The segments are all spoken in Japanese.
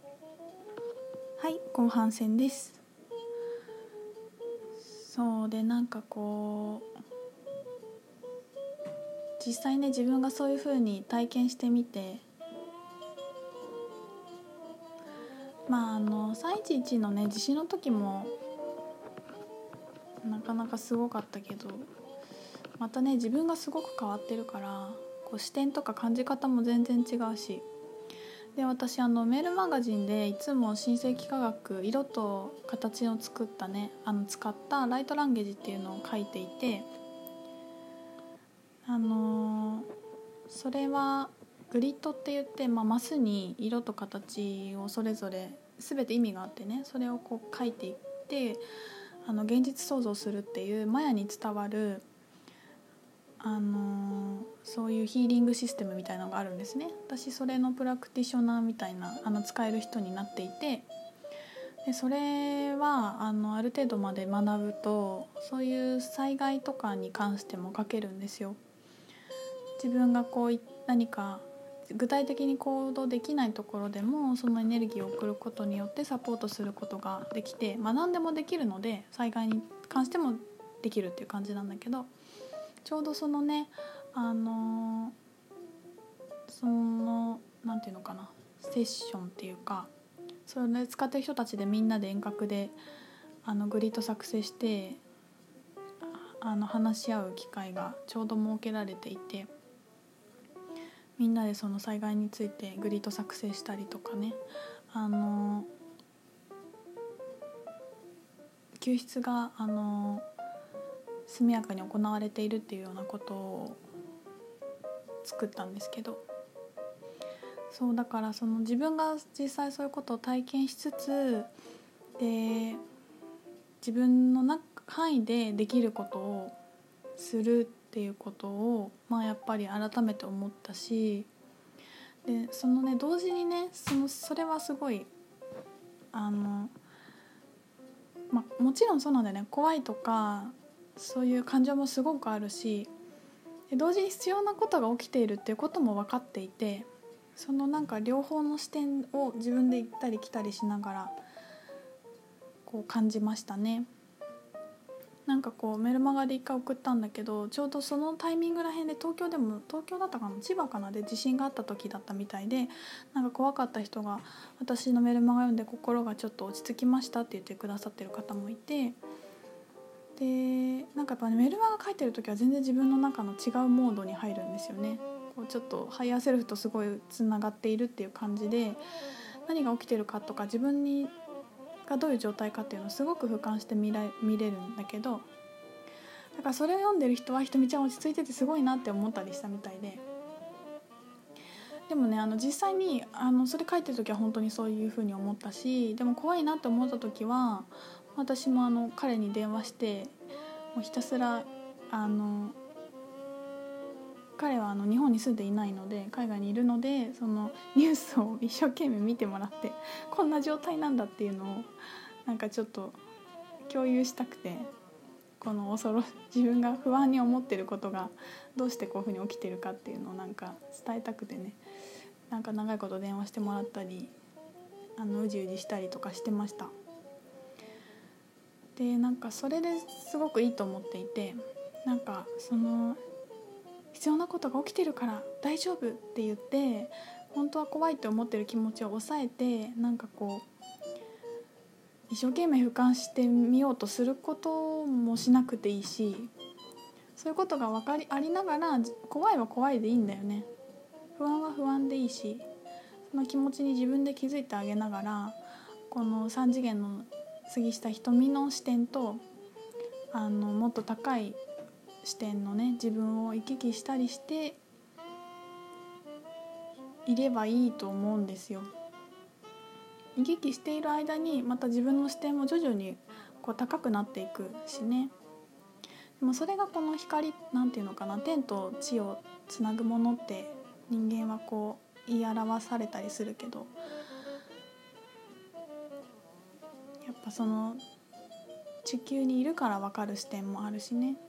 はい、後半戦です。そうで、なんかこう実際ね、自分がそういう風に体験してみて、311のね地震の時もなかなかすごかったけど、またね自分がすごく変わってるから、こう視点とか感じ方も全然違うし、で私メールマガジンでいつも新世紀科学、色と形を作ったね使ったライトランゲージっていうのを書いていて、それはグリッドって言って、マスに色と形をそれぞれ全て意味があってね、それをこう書いていって現実創造するっていうマヤに伝わるそういうヒーリングシステムみたいなのがあるんですね。私それのプラクティショナーみたいな使える人になっていて、でそれはある程度まで学ぶと、そういう災害とかに関しても書けるんですよ。自分がこう何か具体的に行動できないところでもそのエネルギーを送ることによってサポートすることができて、何でもできるので災害に関してもできるっていう感じなんだけど、ちょうどそのねそのなんていうのかな、セッションっていうか、それをね使ってる人たちでみんなで遠隔でグリッド作成して話し合う機会がちょうど設けられていて、みんなでその災害についてグリッド作成したりとかね、救出が速やかに行われているっていうようなことを作ったんですけど、そうだからその自分が実際そういうことを体験しつつで、自分の範囲でできることをするっていうことを、やっぱり改めて思ったし、でそのね同時にねそれはすごいもちろんそうなんだよね、怖いとかそういう感情もすごくあるし、で同時に必要なことが起きているっていうことも分かっていて、そのなんか両方の視点を自分で行ったり来たりしながらこう感じましたね。なんかこうメルマガで1回送ったんだけど、ちょうどそのタイミングらへんで東京だったかな、千葉かなで地震があった時だったみたいで、なんか怖かった人が私のメルマガ読んで心がちょっと落ち着きましたって言ってくださってる方もいて、でなんかやっぱ、メルマガ書いてる時は全然自分の中の違うモードに入るんですよね。こうちょっとハイヤーセルフとすごいつながっているっていう感じで、何が起きてるかとか自分がどういう状態かっていうのをすごく俯瞰して見れるんだけど、だからそれを読んでる人はひとみちゃん落ち着いててすごいなって思ったりしたみたいで、でもね実際にそれ書いてる時は本当にそういう風に思ったし、でも怖いなって思った時は私も彼に電話して、もうひたすら彼は日本に住んでいないので海外にいるので、そのニュースを一生懸命見てもらって、こんな状態なんだっていうのをなんかちょっと共有したくて、この自分が不安に思ってることがどうしてこういう風に起きてるかっていうのをなんか伝えたくてね、なんか長いこと電話してもらったりうじうじしたりとかしてました。でなんかそれですごくいいと思っていて、なんかその必要なことが起きてるから大丈夫って言って本当は怖いって思ってる気持ちを抑えて、なんかこう一生懸命俯瞰してみようとすることもしなくていいし、そういうことがありながら怖いは怖いでいいんだよね、不安は不安でいいし、その気持ちに自分で気づいてあげながら、この3次元の杉下瞳の視点ともっと高い視点のね自分を行き来したりしていればいいと思うんですよ。行き来している間にまた自分の視点も徐々にこう高くなっていくしね。でもそれがこの光なんていうのかな、天と地をつなぐものって人間はこう言い表されたりするけど、やっぱその地球にいるから分かる視点もあるしね。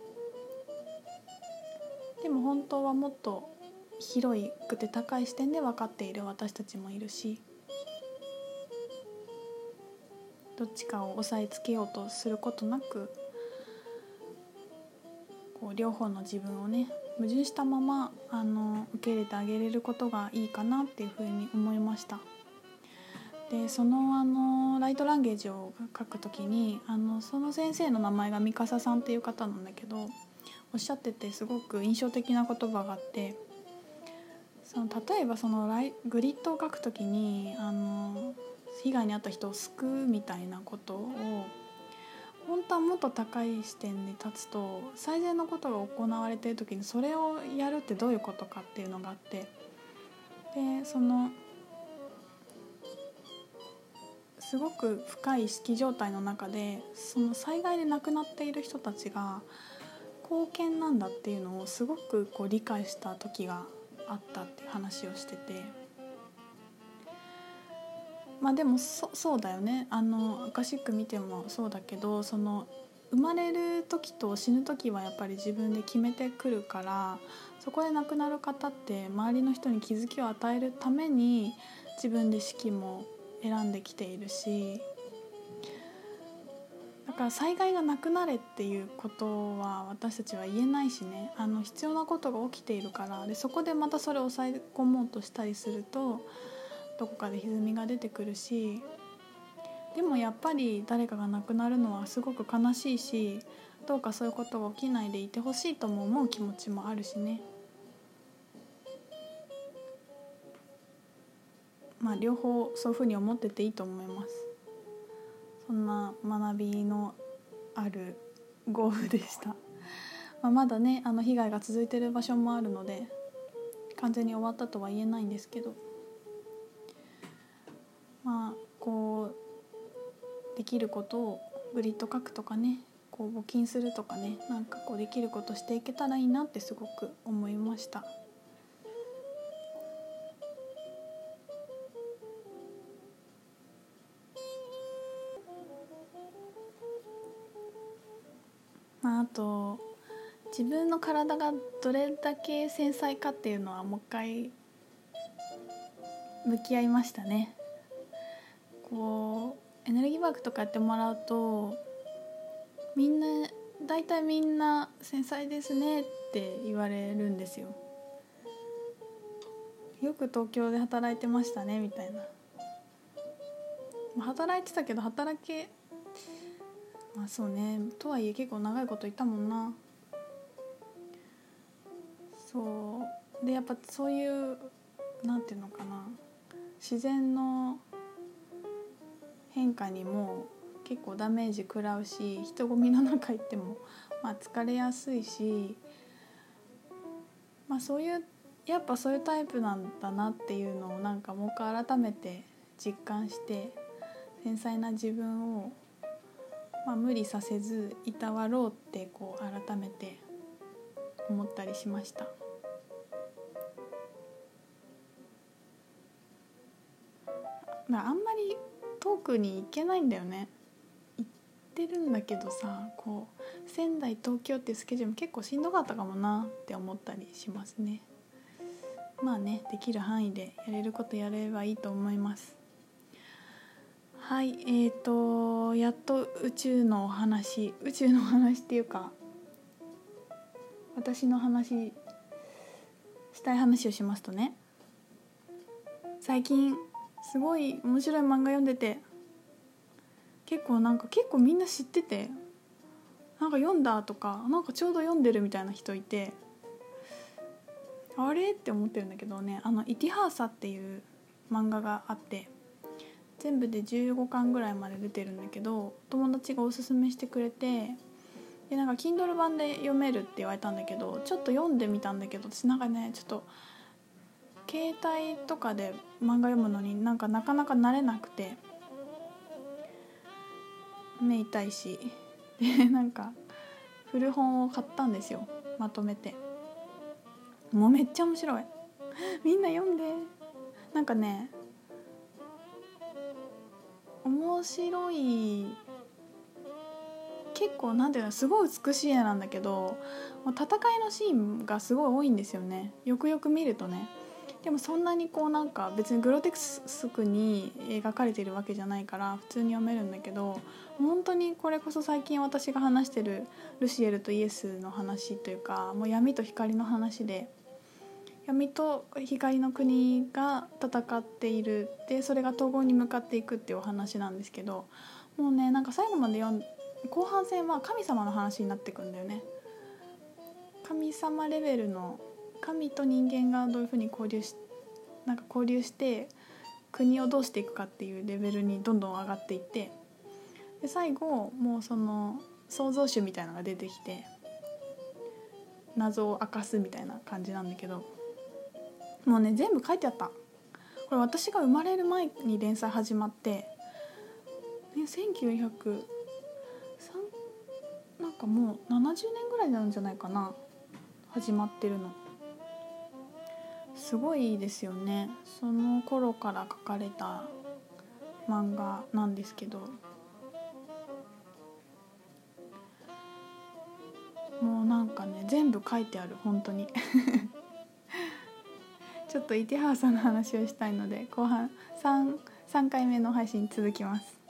でも本当はもっと広くて高い視点で分かっている私たちもいるし、 どっちかを押さえつけようとすることなく、こう両方の自分をね矛盾したまま受け入れてあげれることがいいかなっていうふうに思いました。でそのライトランゲージを書くときにその先生の名前が三笠さんっていう方なんだけど、おっしゃっててすごく印象的な言葉があって、例えばグリッドを書くときに被害に遭った人を救うみたいなことを本当はもっと高い視点に立つと、最善のことが行われているときにそれをやるってどういうことかっていうのがあって、ですごく深い意識状態の中でその災害で亡くなっている人たちが貢献なんだっていうのをすごくこう理解した時があったっていう話をしてて、でもそうだよね。アカシック見てもそうだけど、生まれる時と死ぬ時はやっぱり自分で決めてくるから、そこで亡くなる方って周りの人に気づきを与えるために自分で死期も選んできているし、だから災害がなくなれっていうことは私たちは言えないしね、必要なことが起きているから。でそこでまたそれを抑え込もうとしたりするとどこかで歪みが出てくるし、でもやっぱり誰かが亡くなるのはすごく悲しいし、どうかそういうことが起きないでいてほしいとも思う気持ちもあるしね。両方そういうふうに思ってていいと思います。そんな学びのある豪雨でした。まだね被害が続いている場所もあるので完全に終わったとは言えないんですけど、こうできることをグリッド書くとかね、こう募金するとかね、こうできることしていけたらいいなってすごく思いました。あと自分の体がどれだけ繊細かっていうのはもう一回向き合いましたね。こうエネルギーワークとかやってもらうと大体みんな繊細ですねって言われるんですよ。よく東京で働いてましたねみたいな。働いてたけどそうね、とはいえ結構長いこといたもんな。そうでやっぱそういうなんていうのかな、自然の変化にも結構ダメージ食らうし、人混みの中行っても疲れやすいし、やっぱそういうタイプなんだなっていうのをもう一回改めて実感して、繊細な自分を無理させずいたわろうってこう改めて思ったりしました。あんまり遠くに行けないんだよね。行ってるんだけどさ、こう仙台東京っていうスケジュールも結構しんどかったかもなって思ったりしますね。できる範囲でやれることやればいいと思います。はい、やっと宇宙の話っていうか私のしたい話をしますとね、最近すごい面白い漫画読んでて、結構みんな知ってて、読んだとかちょうど読んでるみたいな人いて、あれって思ってるんだけどね、イティハーサっていう漫画があって、全部で15巻ぐらいまで出てるんだけど、友達がおすすめしてくれて、でKindle 版で読めるって言われたんだけど、ちょっと読んでみたんだけど、私ちょっと携帯とかで漫画読むのになかなか慣れなくて、目痛いしで古本を買ったんですよ、まとめて。もうめっちゃ面白いみんな読んで。面白い。結構すごい美しい絵なんだけど、戦いのシーンがすごい多いんですよね。よくよく見るとね。 でもそんなにこうなんか別にグロテクスクに描かれているわけじゃないから普通に読めるんだけど、本当にこれこそ最近私が話してるルシエルとイエスの話というか、もう闇と光の話で、闇と光の国が戦っている、でそれが統合に向かっていくっていうお話なんですけど、もうねなんか最後まで読ん後半戦は神様の話になってくんだよね。神様レベルの、神と人間がどういうふうに交流して国をどうしていくかっていうレベルにどんどん上がっていって、で最後もうその創造主みたいなのが出てきて謎を明かすみたいな感じなんだけど、もうね全部書いてあった。これ私が生まれる前に連載始まって、ね、1903なんかもう70年ぐらいなんじゃないかな、始まってるの。すごいですよね。その頃から書かれた漫画なんですけど、もうなんかね全部書いてある本当にちょっとイテハーさんの話をしたいので後半3回目の配信続きます。